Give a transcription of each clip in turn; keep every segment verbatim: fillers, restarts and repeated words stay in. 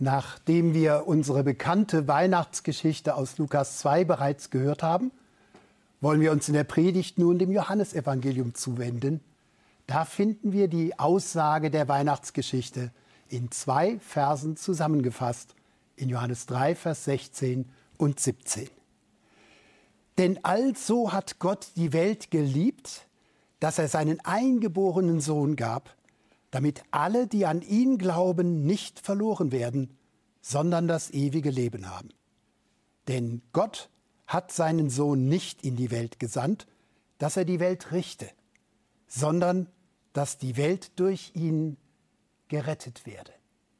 Nachdem wir unsere bekannte Weihnachtsgeschichte aus Lukas zwei bereits gehört haben, wollen wir uns in der Predigt nun dem Johannesevangelium zuwenden. Da finden wir die Aussage der Weihnachtsgeschichte in zwei Versen zusammengefasst, in Johannes drei, Vers sechzehn und siebzehn. Denn also hat Gott die Welt geliebt, dass er seinen eingeborenen Sohn gab, damit alle, die an ihn glauben, nicht verloren werden, sondern das ewige Leben haben. Denn Gott hat seinen Sohn nicht in die Welt gesandt, dass er die Welt richte, sondern dass die Welt durch ihn gerettet werde.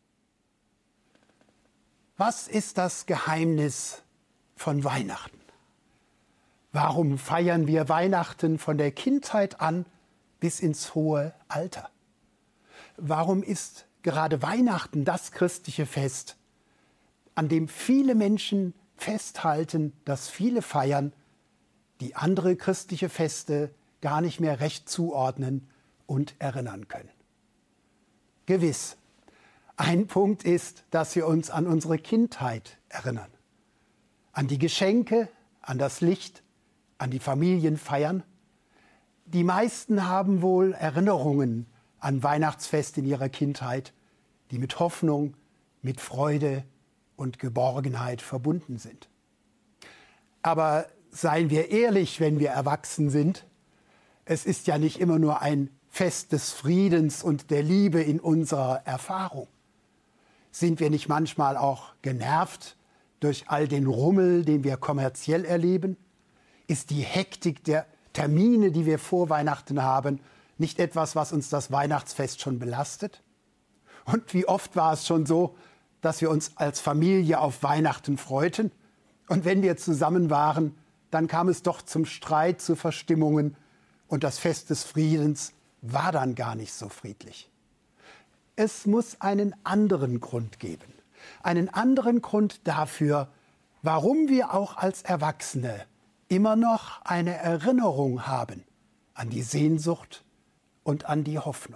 Was ist das Geheimnis von Weihnachten? Warum feiern wir Weihnachten von der Kindheit an bis ins hohe Alter? Warum ist gerade Weihnachten das christliche Fest, an dem viele Menschen festhalten, das viele feiern, die andere christliche Feste gar nicht mehr recht zuordnen und erinnern können? Gewiss, ein Punkt ist, dass wir uns an unsere Kindheit erinnern, an die Geschenke, an das Licht, an die Familienfeiern. Die meisten haben wohl Erinnerungen an Weihnachtsfest in ihrer Kindheit, die mit Hoffnung, mit Freude und Geborgenheit verbunden sind. Aber seien wir ehrlich, wenn wir erwachsen sind, es ist ja nicht immer nur ein Fest des Friedens und der Liebe in unserer Erfahrung. Sind wir nicht manchmal auch genervt durch all den Rummel, den wir kommerziell erleben? Ist die Hektik der Termine, die wir vor Weihnachten haben, nicht etwas, was uns das Weihnachtsfest schon belastet? Und wie oft war es schon so, dass wir uns als Familie auf Weihnachten freuten? Und wenn wir zusammen waren, dann kam es doch zum Streit, zu Verstimmungen. Und das Fest des Friedens war dann gar nicht so friedlich. Es muss einen anderen Grund geben. Einen anderen Grund dafür, warum wir auch als Erwachsene immer noch eine Erinnerung haben an die Sehnsucht und an die Hoffnung.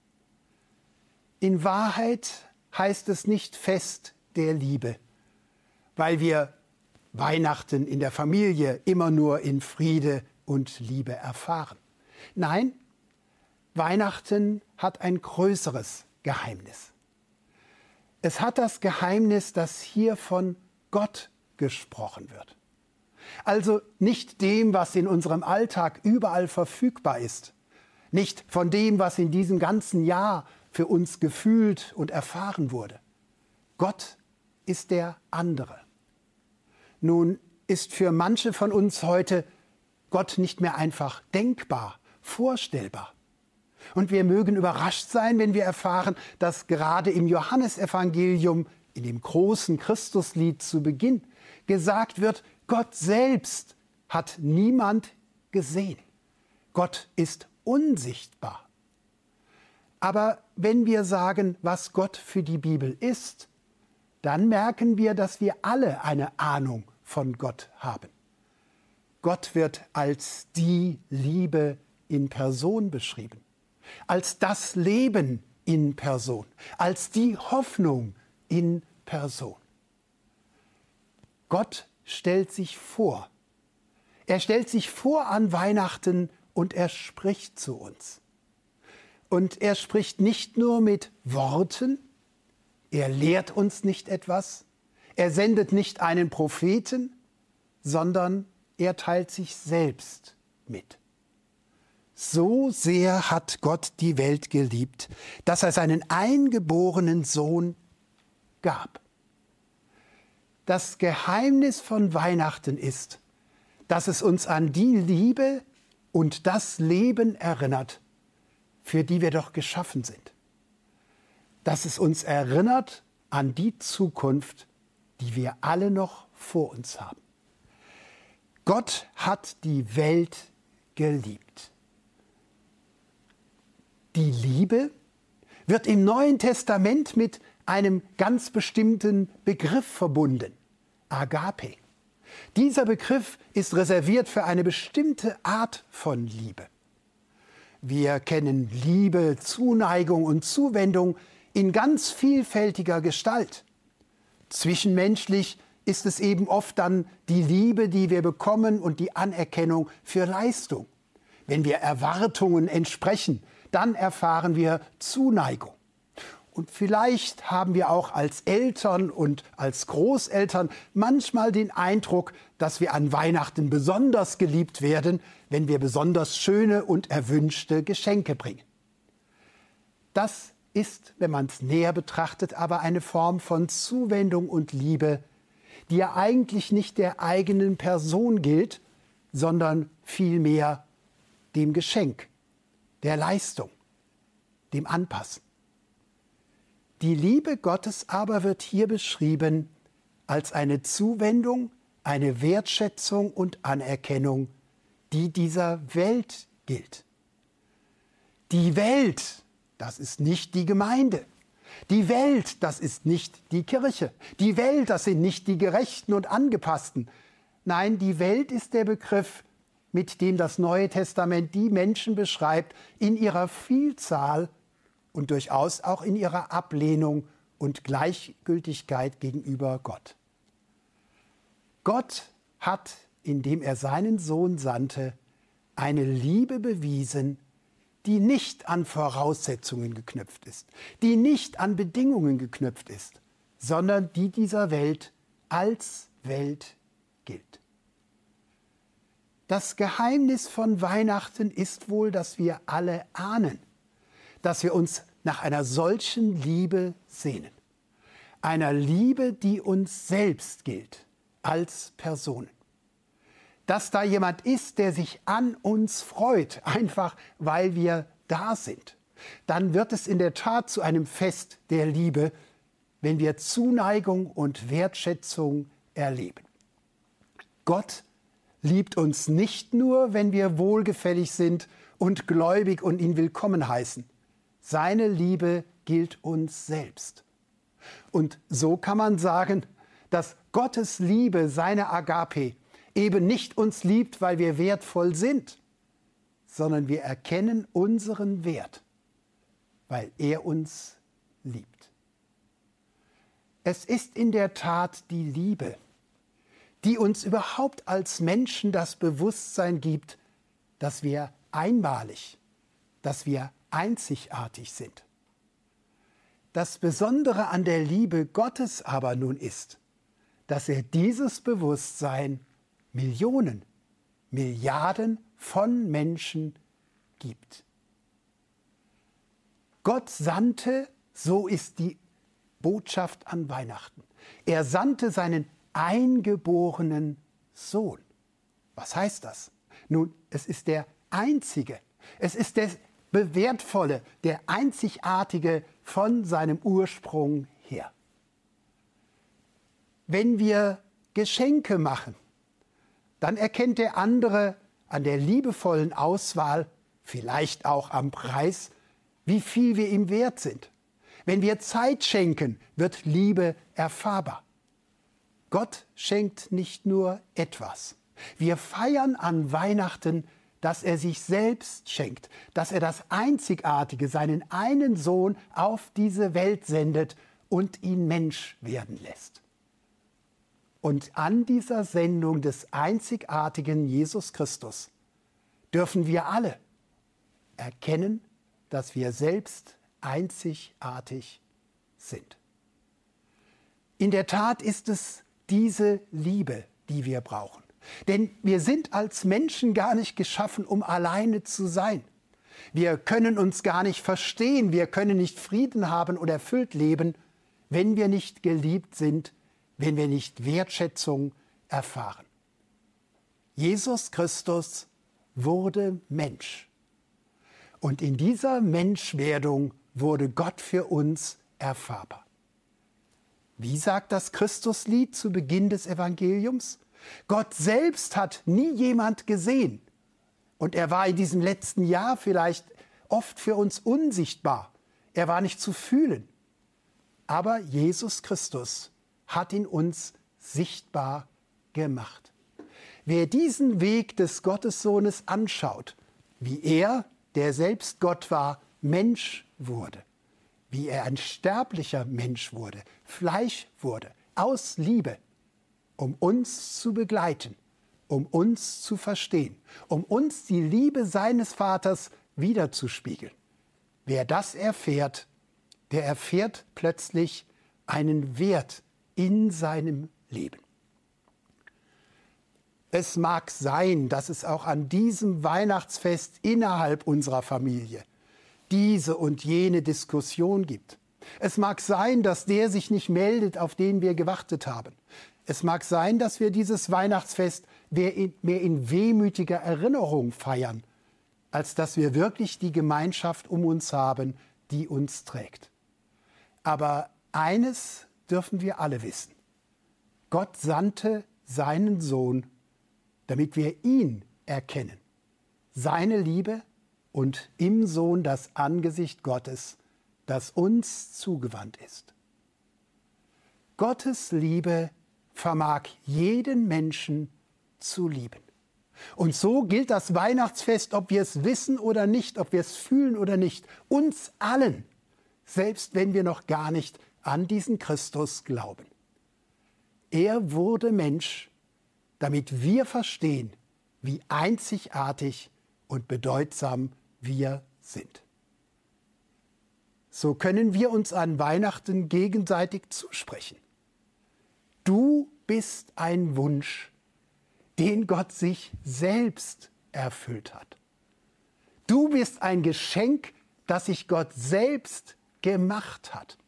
In Wahrheit heißt es nicht Fest der Liebe, weil wir Weihnachten in der Familie immer nur in Friede und Liebe erfahren. Nein, Weihnachten hat ein größeres Geheimnis. Es hat das Geheimnis, dass hier von Gott gesprochen wird. Also nicht dem, was in unserem Alltag überall verfügbar ist, nicht von dem, was in diesem ganzen Jahr für uns gefühlt und erfahren wurde. Gott ist der andere. Nun ist für manche von uns heute Gott nicht mehr einfach denkbar, vorstellbar. Und wir mögen überrascht sein, wenn wir erfahren, dass gerade im Johannesevangelium, in dem großen Christuslied zu Beginn, gesagt wird, Gott selbst hat niemand gesehen. Gott ist unsichtbar. Aber wenn wir sagen, was Gott für die Bibel ist, dann merken wir, dass wir alle eine Ahnung von Gott haben. Gott wird als die Liebe in Person beschrieben, als das Leben in Person, als die Hoffnung in Person. Gott stellt sich vor. Er stellt sich vor an Weihnachten und er spricht zu uns. Und er spricht nicht nur mit Worten, er lehrt uns nicht etwas, er sendet nicht einen Propheten, sondern er teilt sich selbst mit. So sehr hat Gott die Welt geliebt, dass er seinen eingeborenen Sohn gab. Das Geheimnis von Weihnachten ist, dass es uns an die Liebe und das Leben erinnert, für die wir doch geschaffen sind. Dass es uns erinnert an die Zukunft, die wir alle noch vor uns haben. Gott hat die Welt geliebt. Die Liebe wird im Neuen Testament mit einem ganz bestimmten Begriff verbunden, Agape. Dieser Begriff ist reserviert für eine bestimmte Art von Liebe. Wir kennen Liebe, Zuneigung und Zuwendung in ganz vielfältiger Gestalt. Zwischenmenschlich ist es eben oft dann die Liebe, die wir bekommen und die Anerkennung für Leistung. Wenn wir Erwartungen entsprechen, dann erfahren wir Zuneigung. Und vielleicht haben wir auch als Eltern und als Großeltern manchmal den Eindruck, dass wir an Weihnachten besonders geliebt werden, wenn wir besonders schöne und erwünschte Geschenke bringen. Das ist, wenn man es näher betrachtet, aber eine Form von Zuwendung und Liebe, die ja eigentlich nicht der eigenen Person gilt, sondern vielmehr dem Geschenk, der Leistung, dem Anpassen. Die Liebe Gottes aber wird hier beschrieben als eine Zuwendung, eine Wertschätzung und Anerkennung, die dieser Welt gilt. Die Welt, das ist nicht die Gemeinde. Die Welt, das ist nicht die Kirche. Die Welt, das sind nicht die Gerechten und Angepassten. Nein, die Welt ist der Begriff, mit dem das Neue Testament die Menschen beschreibt, in ihrer Vielzahl und durchaus auch in ihrer Ablehnung und Gleichgültigkeit gegenüber Gott. Gott hat, indem er seinen Sohn sandte, eine Liebe bewiesen, die nicht an Voraussetzungen geknüpft ist, die nicht an Bedingungen geknüpft ist, sondern die dieser Welt als Welt gilt. Das Geheimnis von Weihnachten ist wohl, dass wir alle ahnen, dass wir uns nach einer solchen Liebe sehnen. Einer Liebe, die uns selbst gilt, als Personen. Dass da jemand ist, der sich an uns freut, einfach weil wir da sind. Dann wird es in der Tat zu einem Fest der Liebe, wenn wir Zuneigung und Wertschätzung erleben. Gott liebt uns nicht nur, wenn wir wohlgefällig sind und gläubig und ihn willkommen heißen. Seine Liebe gilt uns selbst. Und so kann man sagen, dass Gottes Liebe, seine Agape, eben nicht uns liebt, weil wir wertvoll sind, sondern wir erkennen unseren Wert, weil er uns liebt. Es ist in der Tat die Liebe, die uns überhaupt als Menschen das Bewusstsein gibt, dass wir einmalig, dass wir einzigartig sind. Das Besondere an der Liebe Gottes aber nun ist, dass er dieses Bewusstsein Millionen, Milliarden von Menschen gibt. Gott sandte, so ist die Botschaft an Weihnachten. Er sandte seinen eingeborenen Sohn. Was heißt das? Nun, es ist der einzige, es ist der wertvolle, der einzigartige von seinem Ursprung her. Wenn wir Geschenke machen, dann erkennt der andere an der liebevollen Auswahl, vielleicht auch am Preis, wie viel wir ihm wert sind. Wenn wir Zeit schenken, wird Liebe erfahrbar. Gott schenkt nicht nur etwas. Wir feiern an Weihnachten, dass er sich selbst schenkt, dass er das Einzigartige, seinen einen Sohn, auf diese Welt sendet und ihn Mensch werden lässt. Und an dieser Sendung des einzigartigen Jesus Christus dürfen wir alle erkennen, dass wir selbst einzigartig sind. In der Tat ist es diese Liebe, die wir brauchen. Denn wir sind als Menschen gar nicht geschaffen, um alleine zu sein. Wir können uns gar nicht verstehen, wir können nicht Frieden haben oder erfüllt leben, wenn wir nicht geliebt sind, wenn wir nicht Wertschätzung erfahren. Jesus Christus wurde Mensch. Und in dieser Menschwerdung wurde Gott für uns erfahrbar. Wie sagt das Christuslied zu Beginn des Evangeliums? Gott selbst hat nie jemand gesehen. Und er war in diesem letzten Jahr vielleicht oft für uns unsichtbar. Er war nicht zu fühlen. Aber Jesus Christus hat ihn uns sichtbar gemacht. Wer diesen Weg des Gottessohnes anschaut, wie er, der selbst Gott war, Mensch wurde, wie er ein sterblicher Mensch wurde, Fleisch wurde, aus Liebe, um uns zu begleiten, um uns zu verstehen, um uns die Liebe seines Vaters wiederzuspiegeln. Wer das erfährt, der erfährt plötzlich einen Wert in seinem Leben. Es mag sein, dass es auch an diesem Weihnachtsfest innerhalb unserer Familie diese und jene Diskussion gibt. Es mag sein, dass der sich nicht meldet, auf den wir gewartet haben. Es mag sein, dass wir dieses Weihnachtsfest mehr in, mehr in wehmütiger Erinnerung feiern, als dass wir wirklich die Gemeinschaft um uns haben, die uns trägt. Aber eines dürfen wir alle wissen. Gott sandte seinen Sohn, damit wir ihn erkennen, seine Liebe und im Sohn das Angesicht Gottes, das uns zugewandt ist. Gottes Liebe vermag jeden Menschen zu lieben. Und so gilt das Weihnachtsfest, ob wir es wissen oder nicht, ob wir es fühlen oder nicht, uns allen, selbst wenn wir noch gar nicht an diesen Christus glauben. Er wurde Mensch, damit wir verstehen, wie einzigartig und bedeutsam wir sind. So können wir uns an Weihnachten gegenseitig zusprechen. Du bist ein Wunsch, den Gott sich selbst erfüllt hat. Du bist ein Geschenk, das sich Gott selbst gemacht hat.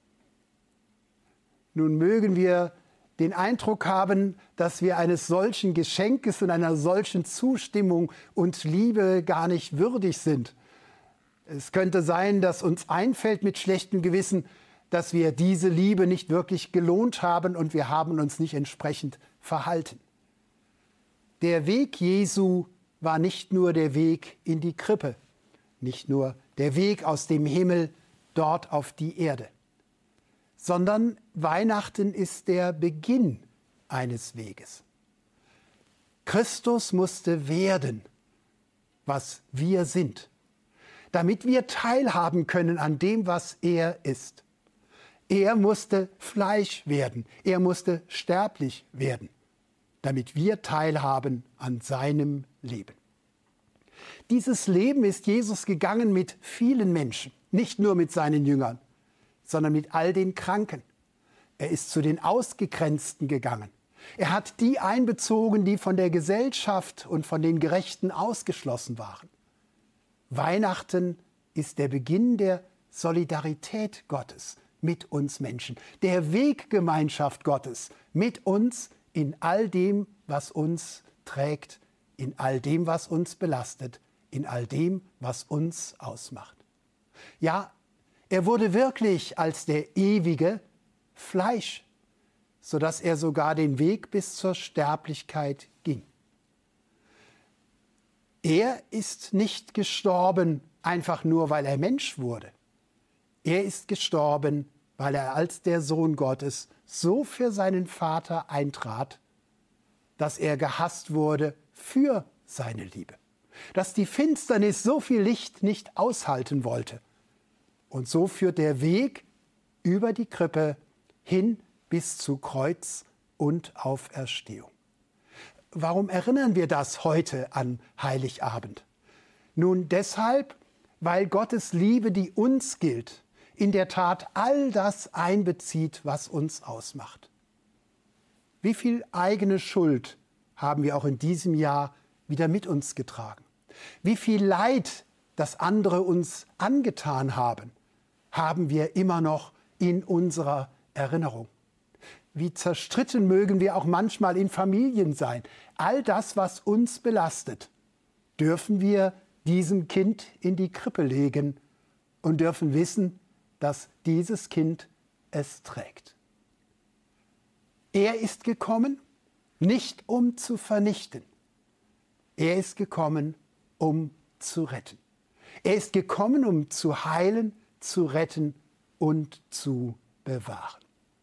Nun mögen wir den Eindruck haben, dass wir eines solchen Geschenkes und einer solchen Zustimmung und Liebe gar nicht würdig sind. Es könnte sein, dass uns einfällt mit schlechtem Gewissen, dass wir diese Liebe nicht wirklich gelohnt haben und wir haben uns nicht entsprechend verhalten. Der Weg Jesu war nicht nur der Weg in die Krippe, nicht nur der Weg aus dem Himmel dort auf die Erde, sondern Weihnachten ist der Beginn eines Weges. Christus musste werden, was wir sind, damit wir teilhaben können an dem, was er ist. Er musste Fleisch werden, er musste sterblich werden, damit wir teilhaben an seinem Leben. Dieses Leben ist Jesus gegangen mit vielen Menschen, nicht nur mit seinen Jüngern, sondern mit all den Kranken. Er ist zu den Ausgegrenzten gegangen. Er hat die einbezogen, die von der Gesellschaft und von den Gerechten ausgeschlossen waren. Weihnachten ist der Beginn der Solidarität Gottes mit uns Menschen, der Weggemeinschaft Gottes mit uns in all dem, was uns trägt, in all dem, was uns belastet, in all dem, was uns ausmacht. Ja, er wurde wirklich als der Ewige Fleisch, sodass er sogar den Weg bis zur Sterblichkeit ging. Er ist nicht gestorben, einfach nur, weil er Mensch wurde. Er ist gestorben, weil er als der Sohn Gottes so für seinen Vater eintrat, dass er gehasst wurde für seine Liebe, dass die Finsternis so viel Licht nicht aushalten wollte. Und so führt der Weg über die Krippe hin bis zu Kreuz und Auferstehung. Warum erinnern wir das heute an Heiligabend? Nun deshalb, weil Gottes Liebe, die uns gilt, in der Tat all das einbezieht, was uns ausmacht. Wie viel eigene Schuld haben wir auch in diesem Jahr wieder mit uns getragen? Wie viel Leid, das andere uns angetan haben, haben wir immer noch in unserer Erinnerung? Wie zerstritten mögen wir auch manchmal in Familien sein. All das, was uns belastet, dürfen wir diesem Kind in die Krippe legen und dürfen wissen, dass dieses Kind es trägt. Er ist gekommen, nicht um zu vernichten. Er ist gekommen, um zu retten. Er ist gekommen, um zu heilen, zu retten und zu bewahren.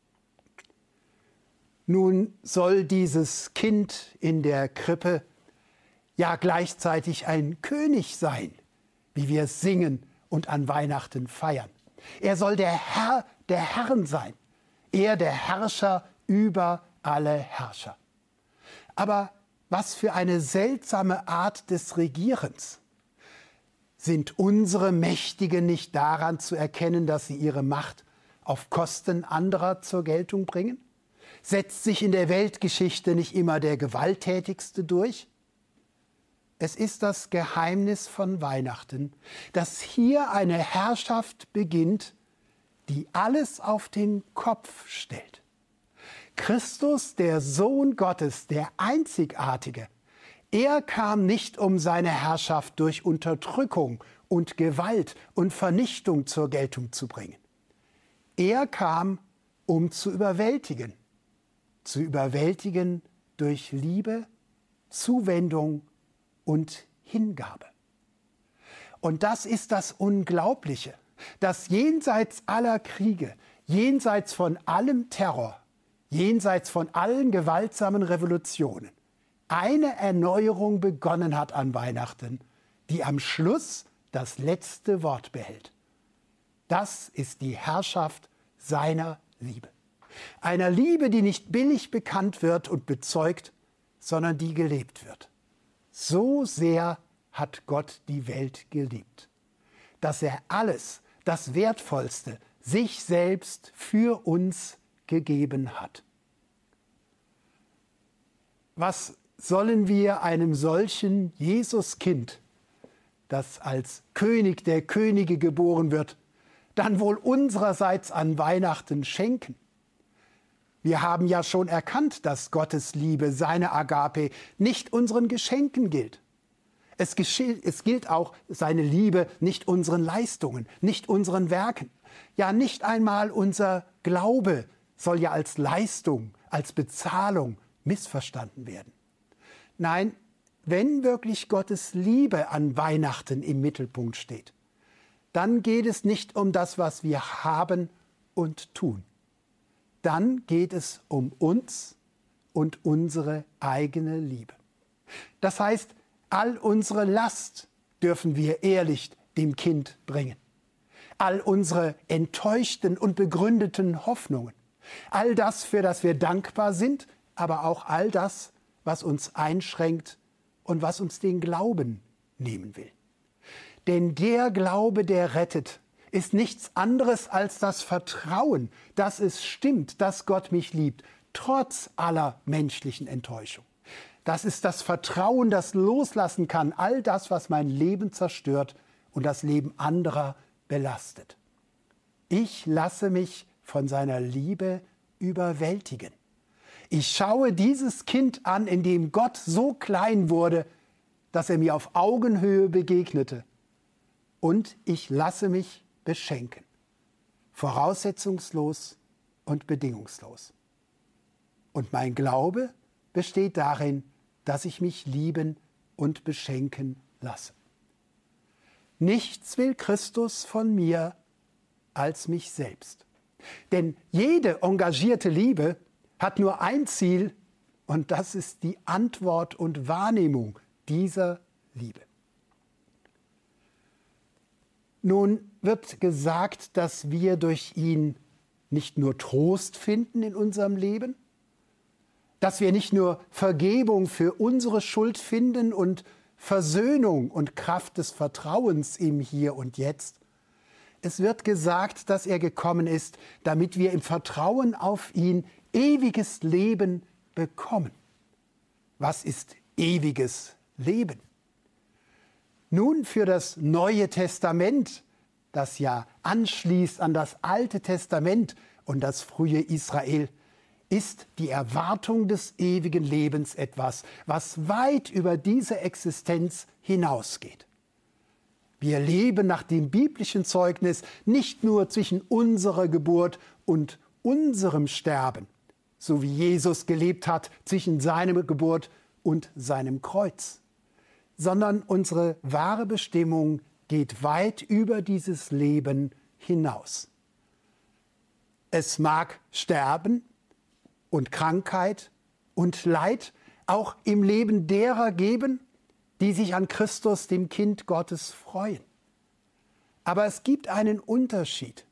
Nun soll dieses Kind in der Krippe ja gleichzeitig ein König sein, wie wir singen und an Weihnachten feiern. Er soll der Herr der Herren sein, er der Herrscher über alle Herrscher. Aber was für eine seltsame Art des Regierens. Sind unsere Mächtigen nicht daran zu erkennen, dass sie ihre Macht auf Kosten anderer zur Geltung bringen? Setzt sich in der Weltgeschichte nicht immer der Gewalttätigste durch? Es ist das Geheimnis von Weihnachten, dass hier eine Herrschaft beginnt, die alles auf den Kopf stellt. Christus, der Sohn Gottes, der Einzigartige, er kam nicht, um seine Herrschaft durch Unterdrückung und Gewalt und Vernichtung zur Geltung zu bringen. Er kam, um zu überwältigen, zu überwältigen durch Liebe, Zuwendung und Hingabe. Und das ist das Unglaubliche, dass jenseits aller Kriege, jenseits von allem Terror, jenseits von allen gewaltsamen Revolutionen, eine Erneuerung begonnen hat an Weihnachten, die am Schluss das letzte Wort behält. Das ist die Herrschaft seiner Liebe. Einer Liebe, die nicht billig bekannt wird und bezeugt, sondern die gelebt wird. So sehr hat Gott die Welt geliebt, dass er alles, das Wertvollste, sich selbst für uns gegeben hat. Was sollen wir einem solchen Jesuskind, das als König der Könige geboren wird, dann wohl unsererseits an Weihnachten schenken? Wir haben ja schon erkannt, dass Gottes Liebe, seine Agape, nicht unseren Geschenken gilt. Es, es gilt auch seine Liebe nicht unseren Leistungen, nicht unseren Werken. Ja, nicht einmal unser Glaube soll ja als Leistung, als Bezahlung missverstanden werden. Nein, wenn wirklich Gottes Liebe an Weihnachten im Mittelpunkt steht, dann geht es nicht um das, was wir haben und tun. Dann geht es um uns und unsere eigene Liebe. Das heißt, all unsere Last dürfen wir ehrlich dem Kind bringen. All unsere enttäuschten und begründeten Hoffnungen. All das, für das wir dankbar sind, aber auch all das, was uns einschränkt und was uns den Glauben nehmen will. Denn der Glaube, der rettet, ist nichts anderes als das Vertrauen, dass es stimmt, dass Gott mich liebt, trotz aller menschlichen Enttäuschung. Das ist das Vertrauen, das loslassen kann, all das, was mein Leben zerstört und das Leben anderer belastet. Ich lasse mich von seiner Liebe überwältigen. Ich schaue dieses Kind an, in dem Gott so klein wurde, dass er mir auf Augenhöhe begegnete. Und ich lasse mich beschenken. Voraussetzungslos und bedingungslos. Und mein Glaube besteht darin, dass ich mich lieben und beschenken lasse. Nichts will Christus von mir als mich selbst. Denn jede engagierte Liebe hat nur ein Ziel, und das ist die Antwort und Wahrnehmung dieser Liebe. Nun wird gesagt, dass wir durch ihn nicht nur Trost finden in unserem Leben, dass wir nicht nur Vergebung für unsere Schuld finden und Versöhnung und Kraft des Vertrauens im Hier und Jetzt. Es wird gesagt, dass er gekommen ist, damit wir im Vertrauen auf ihn ewiges Leben bekommen. Was ist ewiges Leben? Nun, für das Neue Testament, das ja anschließt an das Alte Testament und das frühe Israel, ist die Erwartung des ewigen Lebens etwas, was weit über diese Existenz hinausgeht. Wir leben nach dem biblischen Zeugnis nicht nur zwischen unserer Geburt und unserem Sterben, so wie Jesus gelebt hat zwischen seiner Geburt und seinem Kreuz, sondern unsere wahre Bestimmung geht weit über dieses Leben hinaus. Es mag Sterben und Krankheit und Leid auch im Leben derer geben, die sich an Christus, dem Kind Gottes, freuen. Aber es gibt einen Unterschied.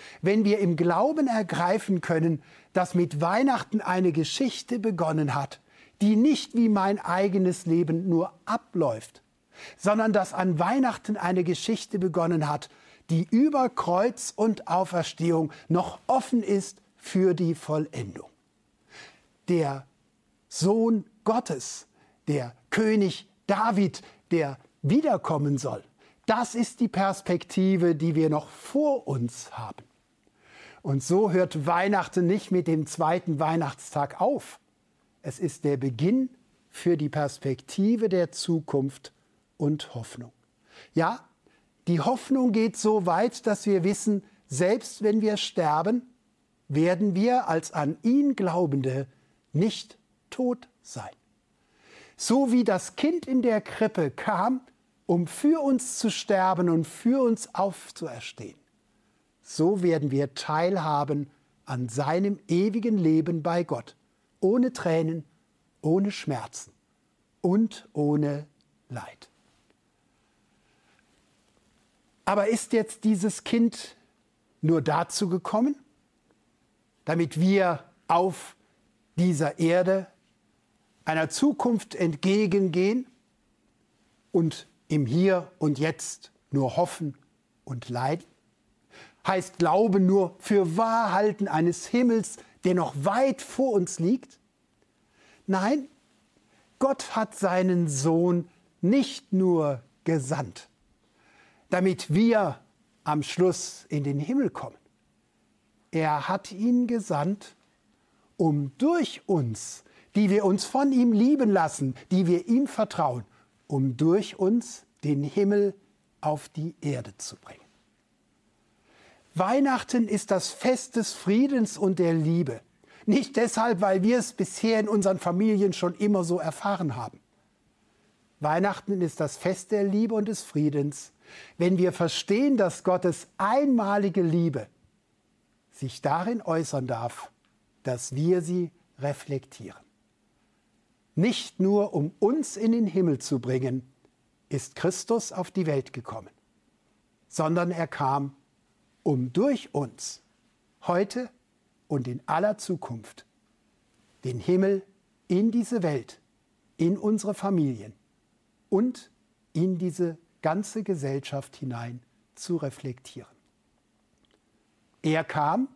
wenn wir im Glauben ergreifen können, dass mit Weihnachten eine Geschichte begonnen hat, die nicht wie mein eigenes Leben nur abläuft, sondern dass an Weihnachten eine Geschichte begonnen hat, die über Kreuz und Auferstehung noch offen ist für die Vollendung. Der Sohn Gottes, der König David, der wiederkommen soll, das ist die Perspektive, die wir noch vor uns haben. Und so hört Weihnachten nicht mit dem zweiten Weihnachtstag auf. Es ist der Beginn für die Perspektive der Zukunft und Hoffnung. Ja, die Hoffnung geht so weit, dass wir wissen, selbst wenn wir sterben, werden wir als an ihn Glaubende nicht tot sein. So wie das Kind in der Krippe kam, um für uns zu sterben und für uns aufzuerstehen, so werden wir teilhaben an seinem ewigen Leben bei Gott, ohne Tränen, ohne Schmerzen und ohne Leid. Aber ist jetzt dieses Kind nur dazu gekommen, damit wir auf dieser Erde einer Zukunft entgegengehen und im Hier und Jetzt nur hoffen und leiden? Heißt Glauben nur für Wahrhalten eines Himmels, der noch weit vor uns liegt? Nein, Gott hat seinen Sohn nicht nur gesandt, damit wir am Schluss in den Himmel kommen. Er hat ihn gesandt, um durch uns, die wir uns von ihm lieben lassen, die wir ihm vertrauen, um durch uns den Himmel auf die Erde zu bringen. Weihnachten ist das Fest des Friedens und der Liebe. Nicht deshalb, weil wir es bisher in unseren Familien schon immer so erfahren haben. Weihnachten ist das Fest der Liebe und des Friedens, wenn wir verstehen, dass Gottes einmalige Liebe sich darin äußern darf, dass wir sie reflektieren. Nicht nur um uns in den Himmel zu bringen, ist Christus auf die Welt gekommen, sondern er kam, um durch uns heute und in aller Zukunft den Himmel in diese Welt, in unsere Familien und in diese ganze Gesellschaft hinein zu reflektieren. Er kam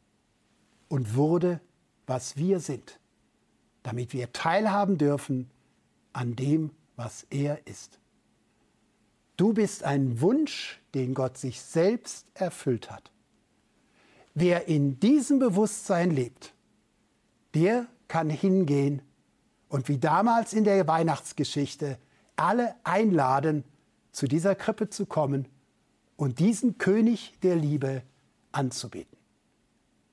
und wurde, was wir sind, damit wir teilhaben dürfen an dem, was er ist. Du bist ein Wunsch, den Gott sich selbst erfüllt hat. Wer in diesem Bewusstsein lebt, der kann hingehen und wie damals in der Weihnachtsgeschichte alle einladen, zu dieser Krippe zu kommen und diesen König der Liebe anzubeten.